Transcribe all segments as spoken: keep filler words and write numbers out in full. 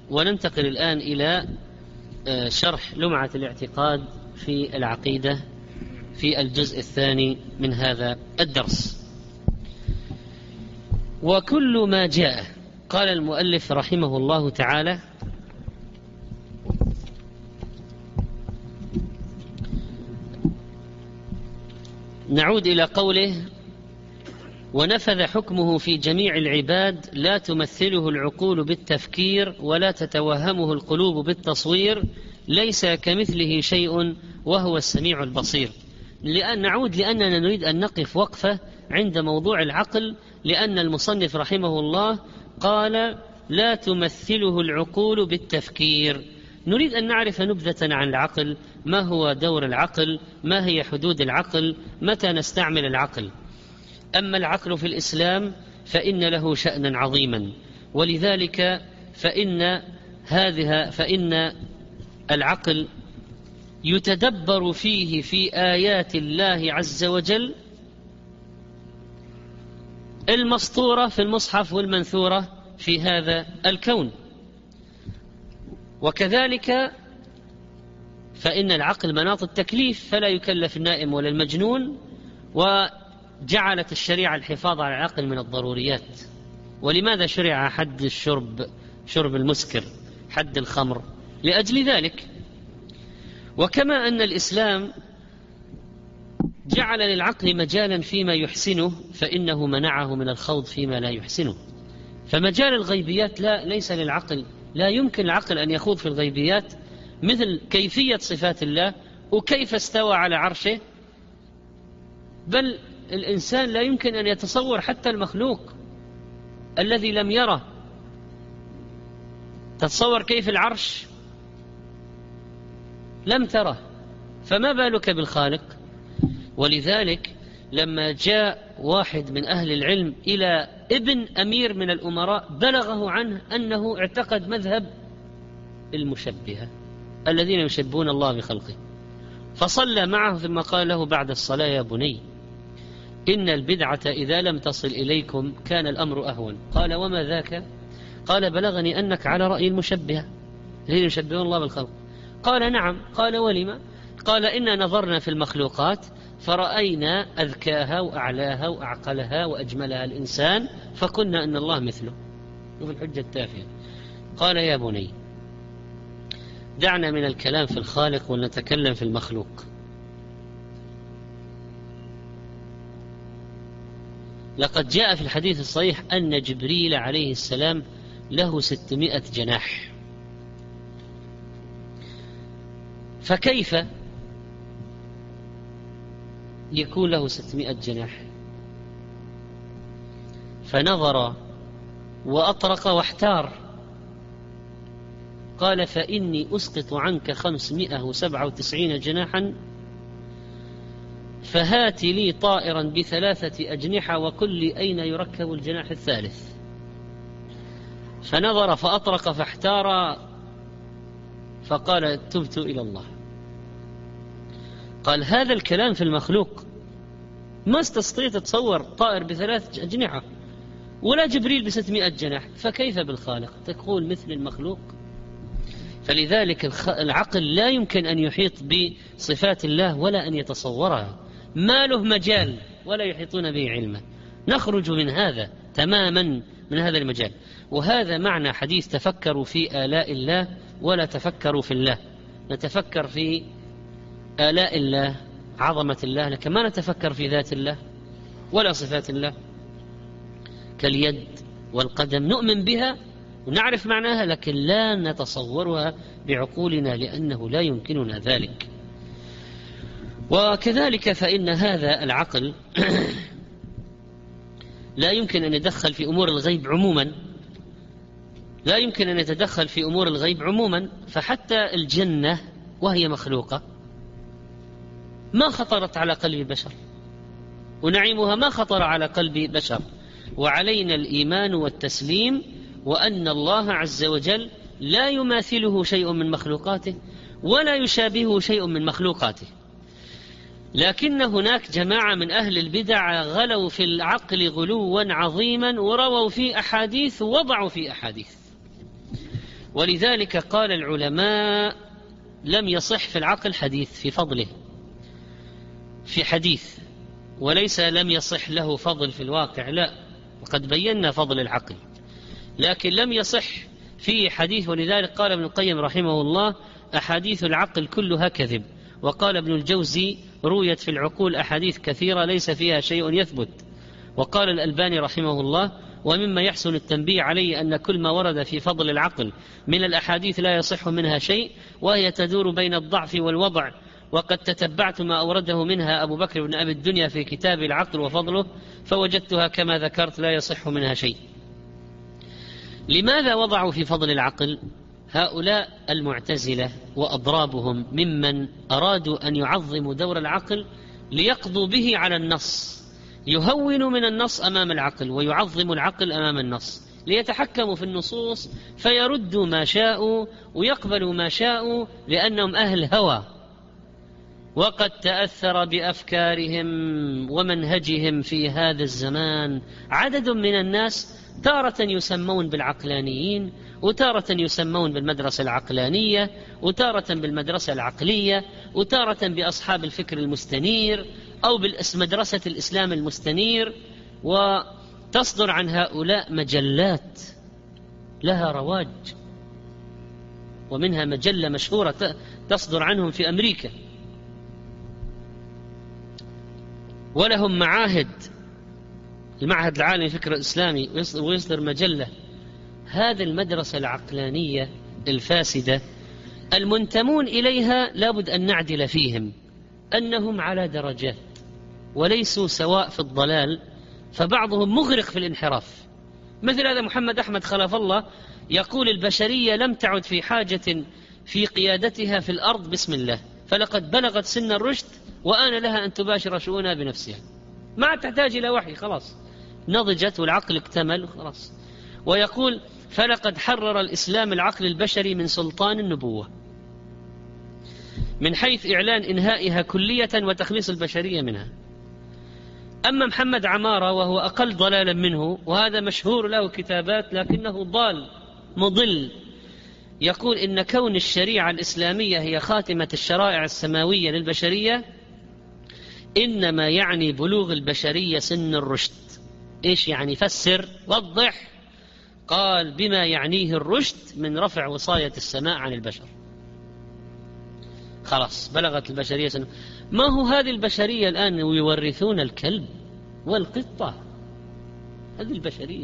وننتقل الآن إلى شرح لمعة الاعتقاد في العقيدة في الجزء الثاني من هذا الدرس. وكل ما جاء، قال المؤلف رحمه الله تعالى: نعود إلى قوله: ونفذ حكمه في جميع العباد، لا تمثله العقول بالتفكير ولا تتوهمه القلوب بالتصوير، ليس كمثله شيء وهو السميع البصير. لأن نعود لأننا نريد أن نقف وقفة عند موضوع العقل، لأن المصنف رحمه الله قال: لا تمثله العقول بالتفكير. نريد أن نعرف نبذة عن العقل، ما هو دور العقل، ما هي حدود العقل، متى نستعمل العقل. أما العقل في الإسلام فإن له شأنا عظيما، ولذلك فإن هذه فإن العقل يتدبر فيه في آيات الله عز وجل المسطورة في المصحف والمنثورة في هذا الكون. وكذلك فإن العقل مناط التكليف، فلا يكلف النائم ولا المجنون، وجعلت الشريعة الحفاظ على العقل من الضروريات. ولماذا شرع حد الشرب، شرب المسكر، حد الخمر؟ لأجل ذلك. وكما أن الإسلام جعل للعقل مجالا فيما يحسنه، فإنه منعه من الخوض فيما لا يحسنه. فمجال الغيبيات لا ليس للعقل، لا يمكن العقل أن يخوض في الغيبيات، مثل كيفية صفات الله وكيف استوى على عرشه. بل الإنسان لا يمكن أن يتصور حتى المخلوق الذي لم يره. تتصور كيف العرش لم تره، فما بالك بالخالق؟ ولذلك لما جاء واحد من أهل العلم إلى ابن أمير من الأمراء بلغه عنه أنه اعتقد مذهب المشبهة الذين يشبهون الله بخلقه، فصلى معه ثم قال له بعد الصلاة: يا بني، إن البدعة إذا لم تصل إليكم كان الأمر أهون. قال: وما ذاك؟ قال: بلغني أنك على رأي المشبهة الذين يشبهون الله بالخلق. قال: نعم. قال: ولما؟ قال: إنا نظرنا في المخلوقات فرأينا أذكاها وأعلاها وأعقلها وأجملها الإنسان، فقلنا أن الله مثله. وفي الحجة التافهة. قال: يا بني، دعنا من الكلام في الخالق ونتكلم في المخلوق. لقد جاء في الحديث الصحيح أن جبريل عليه السلام له ستمائة جناح، فكيف يكون له ستمائة جناح؟ فنظر وأطرق واحتار، قال: فإني أسقط عنك خمسمائة وسبعة وتسعين جناحا، فهات لي طائرا بثلاثة أجنحة وقل لي أين يركب الجناح الثالث. فنظر فأطرق فاحتار، فقال: تبت إلى الله. قال: هذا الكلام في المخلوق، ما استطيع تصور طائر بثلاث أجنحة ولا جبريل بستمائة جناح، فكيف بالخالق تقول مثل المخلوق؟ فلذلك العقل لا يمكن أن يحيط بصفات الله ولا أن يتصورها، ما له مجال ولا يحيطون به علما. نخرج من هذا تماما، من هذا المجال. وهذا معنى حديث: تفكروا في آلاء الله ولا تفكروا في الله. نتفكر في آلاء الله، عظمة الله، لكن ما نتفكر في ذات الله ولا صفات الله، كاليد والقدم نؤمن بها ونعرف معناها، لكن لا نتصورها بعقولنا لأنه لا يمكننا ذلك. وكذلك فإن هذا العقل لا يمكن أن يدخل في أمور الغيب عموما، لا يمكن أن يتدخل في أمور الغيب عموما. فحتى الجنة وهي مخلوقة ما خطرت على قلب بشر، ونعيمها ما خطر على قلب بشر. وعلينا الإيمان والتسليم، وأن الله عز وجل لا يماثله شيء من مخلوقاته ولا يشابهه شيء من مخلوقاته. لكن هناك جماعة من أهل البدع غلوا في العقل غلوا عظيما، ورووا في أحاديث ووضعوا في أحاديث. ولذلك قال العلماء لم يصح في العقل حديث في فضله، في حديث، وليس لم يصح له فضل في الواقع، لا، وقد بينا فضل العقل، لكن لم يصح فيه حديث. ولذلك قال ابن القيم رحمه الله: أحاديث العقل كلها كذب. وقال ابن الجوزي: رويت في العقول أحاديث كثيرة ليس فيها شيء يثبت. وقال الألباني رحمه الله: ومما يحسن التنبيه عليه أن كل ما ورد في فضل العقل من الأحاديث لا يصح منها شيء، وهي تدور بين الضعف والوضع. وقد تتبعت ما أورده منها أبو بكر بن أبي الدنيا في كتاب العقل وفضله، فوجدتها كما ذكرت لا يصح منها شيء. لماذا وضعوا في فضل العقل؟ هؤلاء المعتزلة وأضرابهم ممن أرادوا أن يعظموا دور العقل ليقضوا به على النص، يهونوا من النص أمام العقل ويعظموا العقل أمام النص، ليتحكموا في النصوص فيردوا ما شاءوا ويقبلوا ما شاءوا لأنهم أهل هوى. وقد تأثر بأفكارهم ومنهجهم في هذا الزمان عدد من الناس، تارة يسمون بالعقلانيين، وتارة يسمون بالمدرسة العقلانية، وتارة بالمدرسة العقلية، وتارة بأصحاب الفكر المستنير أو بالمدرسة الإسلام المستنير. وتصدر عن هؤلاء مجلات لها رواج، ومنها مجلة مشهورة تصدر عنهم في أمريكا، ولهم معاهد، المعهد العالمي للفكر الإسلامي، ويصدر مجلة. هذه المدرسة العقلانية الفاسدة المنتمون إليها لابد أن نعدل فيهم أنهم على درجات وليسوا سواء في الضلال، فبعضهم مغرق في الانحراف. مثل هذا محمد أحمد خلف الله يقول: البشرية لم تعد في حاجة في قيادتها في الأرض بسم الله، فلقد بلغت سن الرشد وآن لها أن تباشر شؤونها بنفسها، ما تحتاج إلى وحي، خلاص نضجت والعقل اكتمل خلاص. ويقول: فلقد حرر الإسلام العقل البشري من سلطان النبوة من حيث إعلان إنهائها كلية وتخليص البشرية منها. أما محمد عمارة وهو أقل ضلالا منه، وهذا مشهور له كتابات لكنه ضال مضل، يقول إن كون الشريعة الإسلامية هي خاتمة الشرائع السماوية للبشرية إنما يعني بلوغ البشرية سن الرشد. إيش يعني؟ فسر وضح. قال: بما يعنيه الرشد من رفع وصاية السماء عن البشر. خلاص بلغت البشرية سنة. ما هو هذه البشرية الآن يورثون الكلب والقطة، هذه البشرية.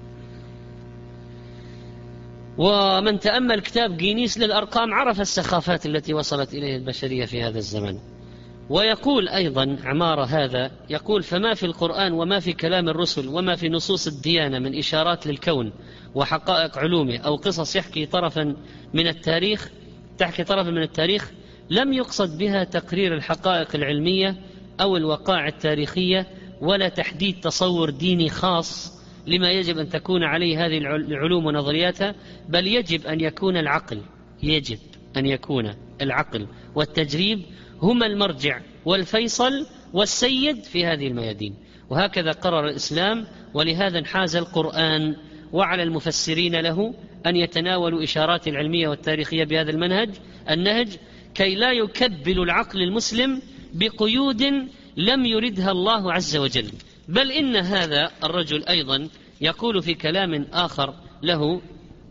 ومن تأمل كتاب جينيس للأرقام عرف السخافات التي وصلت إليه البشرية في هذا الزمن. ويقول أيضا عمارة هذا، يقول: فما في القرآن وما في كلام الرسل وما في نصوص الديانة من إشارات للكون وحقائق علومه أو قصص يحكي طرفا من التاريخ تحكي طرفا من التاريخ لم يقصد بها تقرير الحقائق العلمية أو الوقائع التاريخية، ولا تحديد تصور ديني خاص لما يجب أن تكون عليه هذه العلوم ونظرياتها، بل يجب أن يكون العقل يجب أن يكون العقل والتجريب هما المرجع والفيصل والسيد في هذه الميادين. وهكذا قرر الإسلام، ولهذا انحاز القرآن وعلى المفسرين له أن يتناولوا إشارات العلمية والتاريخية بهذا المنهج النهج، كي لا يكبل العقل المسلم بقيود لم يردها الله عز وجل. بل إن هذا الرجل أيضا يقول في كلام آخر له: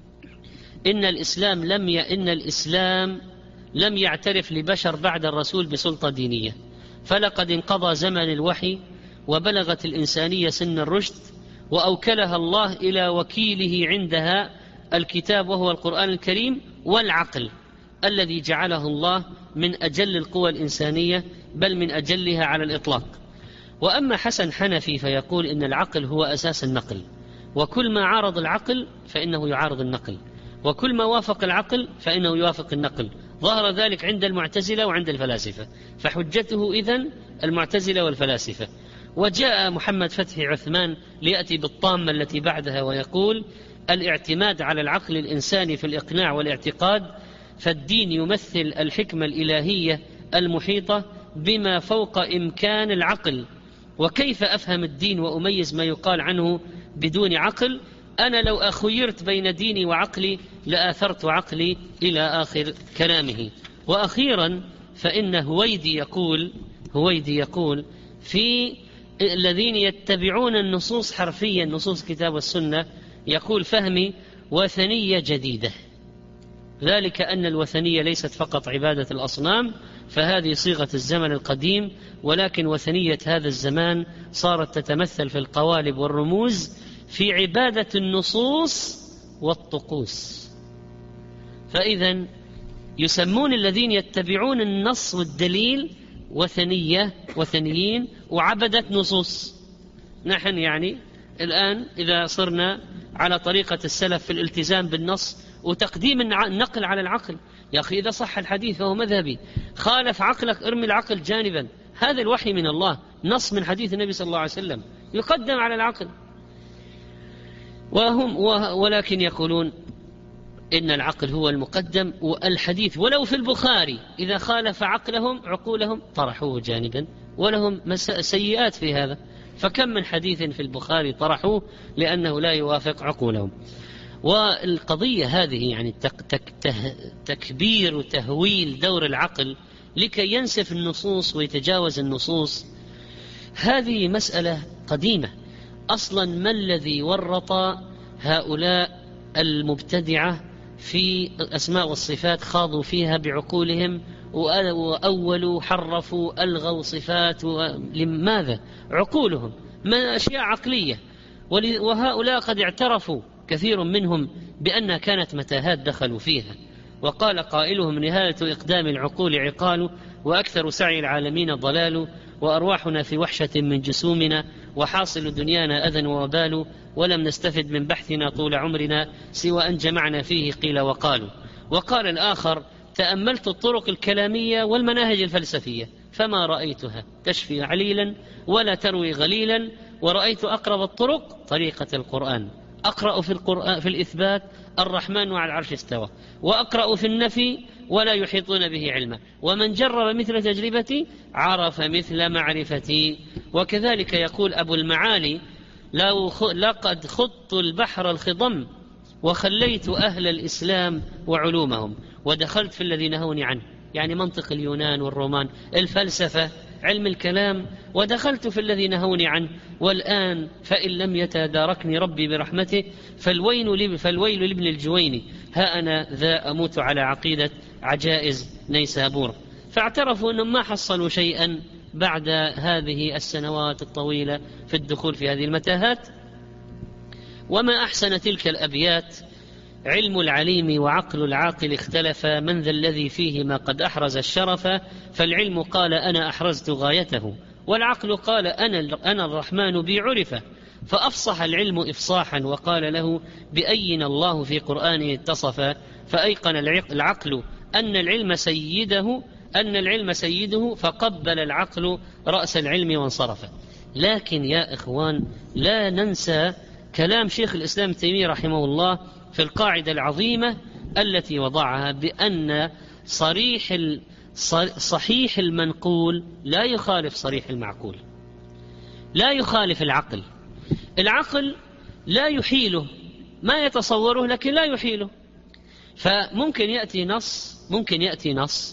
إن الإسلام لم ي... إن الإسلام لم يعترف لبشر بعد الرسول بسلطة دينية، فلقد انقضى زمن الوحي وبلغت الإنسانية سن الرشد، وأوكلها الله إلى وكيله عندها الكتاب وهو القرآن الكريم والعقل الذي جعله الله من أجل القوى الإنسانية، بل من أجلها على الإطلاق. وأما حسن حنفي فيقول إن العقل هو أساس النقل، وكل ما عارض العقل فإنه يعارض النقل، وكل ما وافق العقل فإنه يوافق النقل. ظهر ذلك عند المعتزلة وعند الفلاسفة، فحجته إذن المعتزلة والفلاسفة. وجاء محمد فتحي عثمان ليأتي بالطامة التي بعدها ويقول: الاعتماد على العقل الإنساني في الإقناع والاعتقاد، فالدين يمثل الحكمة الإلهية المحيطة بما فوق إمكان العقل. وكيف أفهم الدين وأميز ما يقال عنه بدون عقل؟ أنا لو أخيرت بين ديني وعقلي لآثرت عقلي إلى آخر كلامه. وأخيرا فإن هويدي يقول هويدي يقول في الذين يتبعون النصوص حرفيا، نصوص كتاب والسنة، يقول فهمي: وثنية جديدة، ذلك أن الوثنية ليست فقط عبادة الأصنام، فهذه صيغة الزمن القديم، ولكن وثنية هذا الزمان صارت تتمثل في القوالب والرموز، في عبادة النصوص والطقوس. فإذا يسمون الذين يتبعون النص والدليل وثنية، وثنيين وعبدة نصوص. نحن يعني الآن إذا صرنا على طريقة السلف في الالتزام بالنص وتقديم النقل على العقل، يا أخي إذا صح الحديث فهو مذهبي، خالف عقلك ارمي العقل جانبا، هذا الوحي من الله، نص من حديث النبي صلى الله عليه وسلم يقدم على العقل. وهم ولكن يقولون إن العقل هو المقدم، والحديث ولو في البخاري إذا خالف عقلهم عقولهم طرحوه جانبا، ولهم سيئات في هذا، فكم من حديث في البخاري طرحوه لأنه لا يوافق عقولهم. والقضية هذه يعني تكبير وتهويل دور العقل لكي ينسف النصوص ويتجاوز النصوص، هذه مسألة قديمة أصلا. ما الذي ورط هؤلاء المبتدعة في الأسماء والصفات؟ خاضوا فيها بعقولهم وأولوا حرفوا ألغوا صفات. لماذا؟ عقولهم من أشياء عقلية، وهؤلاء قد اعترفوا كثير منهم بأنها كانت متاهات دخلوا فيها. وقال قائلهم: نهاية إقدام العقول عقال، وأكثر سعي العالمين ضلال، وأرواحنا في وحشة من جسومنا، وحاصل دنيانا أذى ووبال، ولم نستفد من بحثنا طول عمرنا سوى أن جمعنا فيه قيل وقالوا. وقال الآخر: تأملت الطرق الكلامية والمناهج الفلسفية فما رأيتها تشفي عليلا ولا تروي غليلا، ورأيت أقرب الطرق طريقة القرآن. أقرأ في القرآن في الإثبات: الرحمن على العرش استوى، وأقرأ في النفي: ولا يحيطون به علما، ومن جرب مثل تجربتي عرف مثل معرفتي. وكذلك يقول أبو المعالي: لقد خضت البحر الخضم وخليت أهل الإسلام وعلومهم، ودخلت في الذي نهوني عنه، يعني منطق اليونان والرومان، الفلسفة، علم الكلام، ودخلت في الذي نهوني عنه. والآن فإن لم يتداركني ربي برحمته فالويل فالويل لابن الجويني، ها أنا ذا أموت على عقيدة عجائز نيسابور. فاعترفوا أنهم ما حصلوا شيئا بعد هذه السنوات الطويلة في الدخول في هذه المتاهات. وما أحسن تلك الأبيات: علم العليم وعقل العاقل اختلفا، من ذا الذي فيهما قد أحرز الشرف؟ فالعلم قال أنا أحرزت غايته، والعقل قال أنا, أنا الرحمن بي عرفه. فأفصح العلم إفصاحا وقال له بأين الله في قرآنه اتصف، فأيقن العقل أن العلم سيده أن العلم سيده فقبل العقل رأس العلم وانصرف. لكن يا إخوان لا ننسى كلام شيخ الإسلام تيمية رحمه الله في القاعدة العظيمة التي وضعها بأن صريح صحيح المنقول لا يخالف صريح المعقول، لا يخالف العقل. العقل لا يحيله، ما يتصوره لكن لا يحيله. فممكن يأتي نص ممكن يأتي نص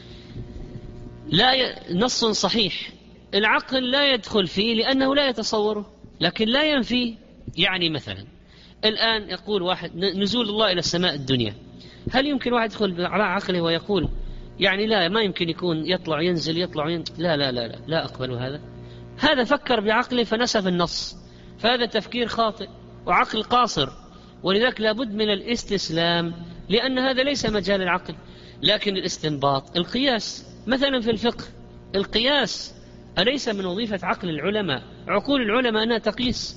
لا ي... نص صحيح العقل لا يدخل فيه لأنه لا يتصوره لكن لا ينفيه. يعني مثلا الآن يقول واحد نزول الله إلى السماء الدنيا، هل يمكن واحد يدخل على عقله ويقول يعني لا ما يمكن يكون يطلع ينزل يطلع ينزل؟ لا لا لا لا, لا أقبل هذا. هذا فكر بعقله فنسف النص، فهذا تفكير خاطئ وعقل قاصر، ولذلك لابد من الاستسلام لأن هذا ليس مجال العقل. لكن الاستنباط، القياس مثلا في الفقه، القياس أليس من وظيفة عقل العلماء؟ عقول العلماء أنها تقيس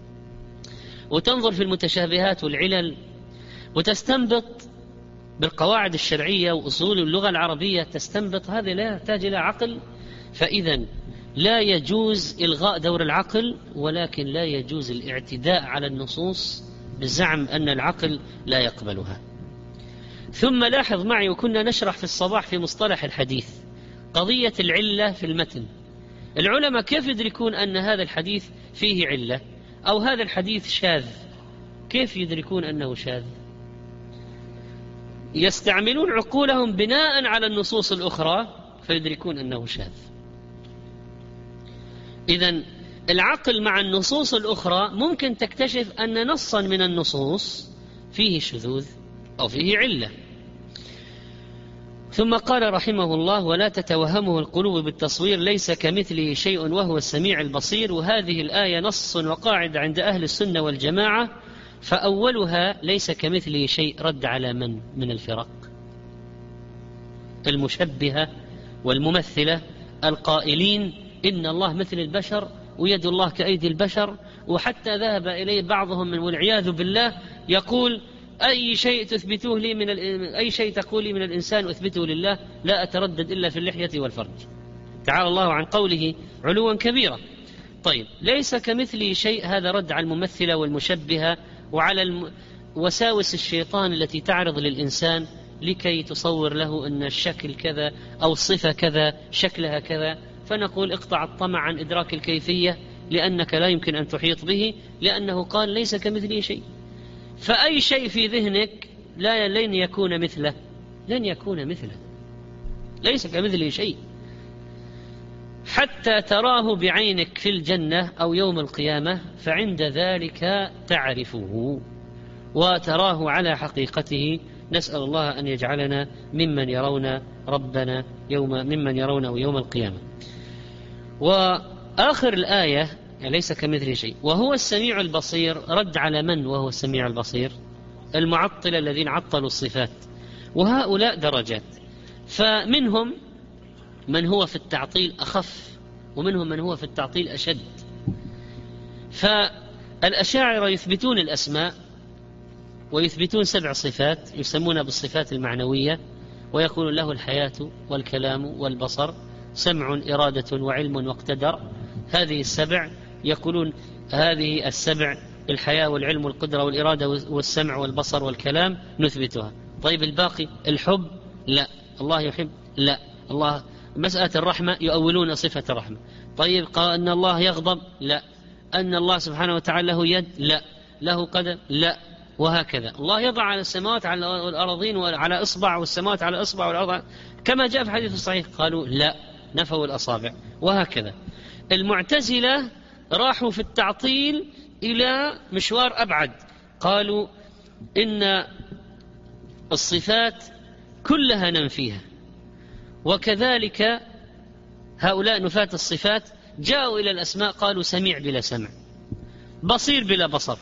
وتنظر في المتشابهات والعلل وتستنبط بالقواعد الشرعية وأصول اللغة العربية، تستنبط. هذا لا يحتاج إلى عقل. فإذا لا يجوز إلغاء دور العقل، ولكن لا يجوز الاعتداء على النصوص بزعم أن العقل لا يقبلها. ثم لاحظ معي، وكنا نشرح في الصباح في مصطلح الحديث قضية العلة في المتن. العلماء كيف يدركون أن هذا الحديث فيه علة أو هذا الحديث شاذ؟ كيف يدركون أنه شاذ؟ يستعملون عقولهم بناء على النصوص الأخرى فيدركون أنه شاذ. إذن العقل مع النصوص الأخرى ممكن تكتشف أن نصا من النصوص فيه شذوذ أو فيه علة. ثم قال رحمه الله: ولا تتوهمه القلوب بالتصوير ليس كمثله شيء وهو السميع البصير. وهذه الآية نص وقاعدة عند أهل السنة والجماعة، فأولها ليس كمثله شيء رد على من من الفرق المشبهة والممثلة القائلين إن الله مثل البشر ويد الله كأيدي البشر، وحتى ذهب إليه بعضهم من والعياذ بالله يقول: أي شيء تثبتوه لي من أي شيء تقول لي من الإنسان أثبته لله، لا أتردد إلا في اللحية والفرج. تعالى الله عن قوله علوا كبيرا. طيب، ليس كمثله شيء، هذا رد على الممثلة والمشبهة وعلى وساوس الشيطان التي تعرض للإنسان لكي تصور له أن الشكل كذا أو الصفة كذا شكلها كذا، فنقول اقطع الطمع عن إدراك الكيفية لأنك لا يمكن أن تحيط به، لأنه قال ليس كمثله شيء. فأي شيء في ذهنك لا لن يكون مثله، لن يكون مثله، ليس كمثله شيء حتى تراه بعينك في الجنة أو يوم القيامة، فعند ذلك تعرفه وتراه على حقيقته. نسأل الله أن يجعلنا ممن يرون ربنا يوم ممن يرونه يوم القيامة. وآخر الآية ليس كمثله شيء وهو السميع البصير رد على من وهو السميع البصير؟ المعطلة الذين عطلوا الصفات، وهؤلاء درجات، فمنهم من هو في التعطيل أخف ومنهم من هو في التعطيل أشد. فالأشاعرة يثبتون الأسماء ويثبتون سبع صفات يسمونها بالصفات المعنوية، ويقول له الحياة والكلام والبصر، سمع إرادة وعلم واقتدر. هذه السبع يقولون هذه السبع الحياة والعلم والقدرة والإرادة والسمع والبصر والكلام نثبتها. طيب الباقي؟ الحب لا، الله يحب لا، الله. مسألة الرحمة يؤولون صفة الرحمة. طيب قال أن الله يغضب لا، أن الله سبحانه وتعالى له يد لا، له قدم لا، وهكذا. الله يضع على السماوات على الأرضين وعلى إصبع، والسماوات على إصبع والأرض كما جاء في حديث الصحيح، قالوا لا، نفوا الأصابع، وهكذا. المعتزلة راحوا في التعطيل إلى مشوار أبعد، قالوا إن الصفات كلها ننفيها، وكذلك هؤلاء نفاة الصفات جاءوا إلى الأسماء قالوا سميع بلا سمع، بصير بلا بصر.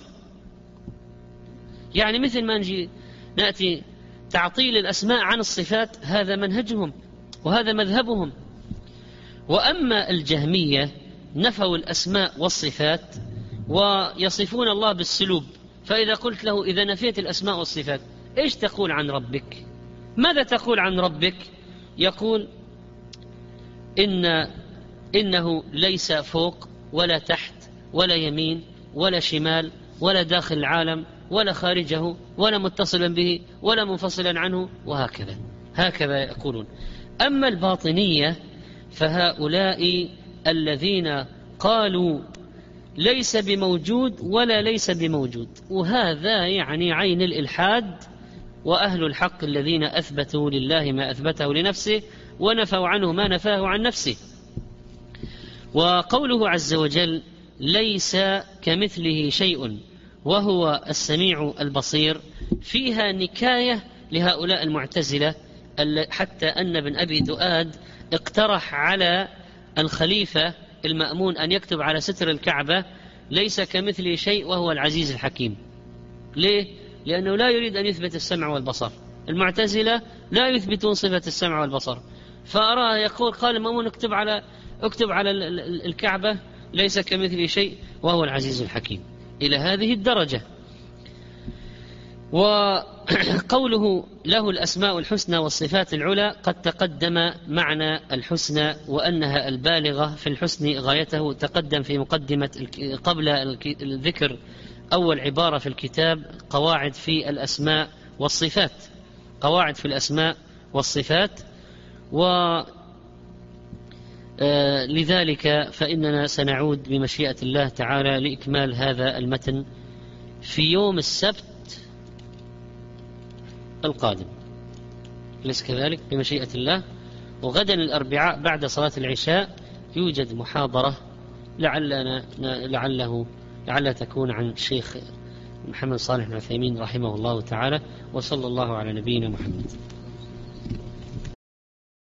يعني مثل ما نجي نأتي تعطيل الأسماء عن الصفات، هذا منهجهم وهذا مذهبهم. وأما الجهمية نفوا الأسماء والصفات ويصفون الله بالسلوب. فإذا قلت له إذا نفيت الأسماء والصفات إيش تقول عن ربك؟ ماذا تقول عن ربك؟ يقول إن إنه ليس فوق ولا تحت ولا يمين ولا شمال ولا داخل العالم ولا خارجه ولا متصلا به ولا منفصلا عنه، وهكذا. هكذا يقولون. أما الباطنية فهؤلاء الذين قالوا ليس بموجود ولا ليس بموجود، وهذا يعني عين الإلحاد. وأهل الحق الذين أثبتوا لله ما أثبته لنفسه ونفوا عنه ما نفاه عن نفسه. وقوله عز وجل ليس كمثله شيء وهو السميع البصير فيها نكاية لهؤلاء المعتزلة، حتى أن ابن أبي دؤاد اقترح على الخليفة المأمون أن يكتب على ستر الكعبة ليس كمثله شيء وهو العزيز الحكيم. ليه؟ لأنه لا يريد أن يثبت السمع والبصر. المعتزلة لا يثبتون صفة السمع والبصر، فأراه يقول قال المأمون اكتب على اكتب على الكعبة ليس كمثله شيء وهو العزيز الحكيم، إلى هذه الدرجة. وقوله له الأسماء الحسنى والصفات العلى قد تقدم معنى الحسنى وأنها البالغة في الحسن غايته، تقدم في مقدمة قبل الذكر أول عبارة في الكتاب قواعد في الأسماء والصفات، قواعد في الأسماء والصفات. ولذلك فإننا سنعود بمشيئة الله تعالى لإكمال هذا المتن في يوم السبت القادم، أليس كذلك بمشيئة الله؟ وغدا الأربعاء بعد صلاة العشاء يوجد محاضرة لعلنا لعله لعلها تكون عن الشيخ محمد صالح العثيمين رحمه الله تعالى. وصلى الله على نبينا محمد.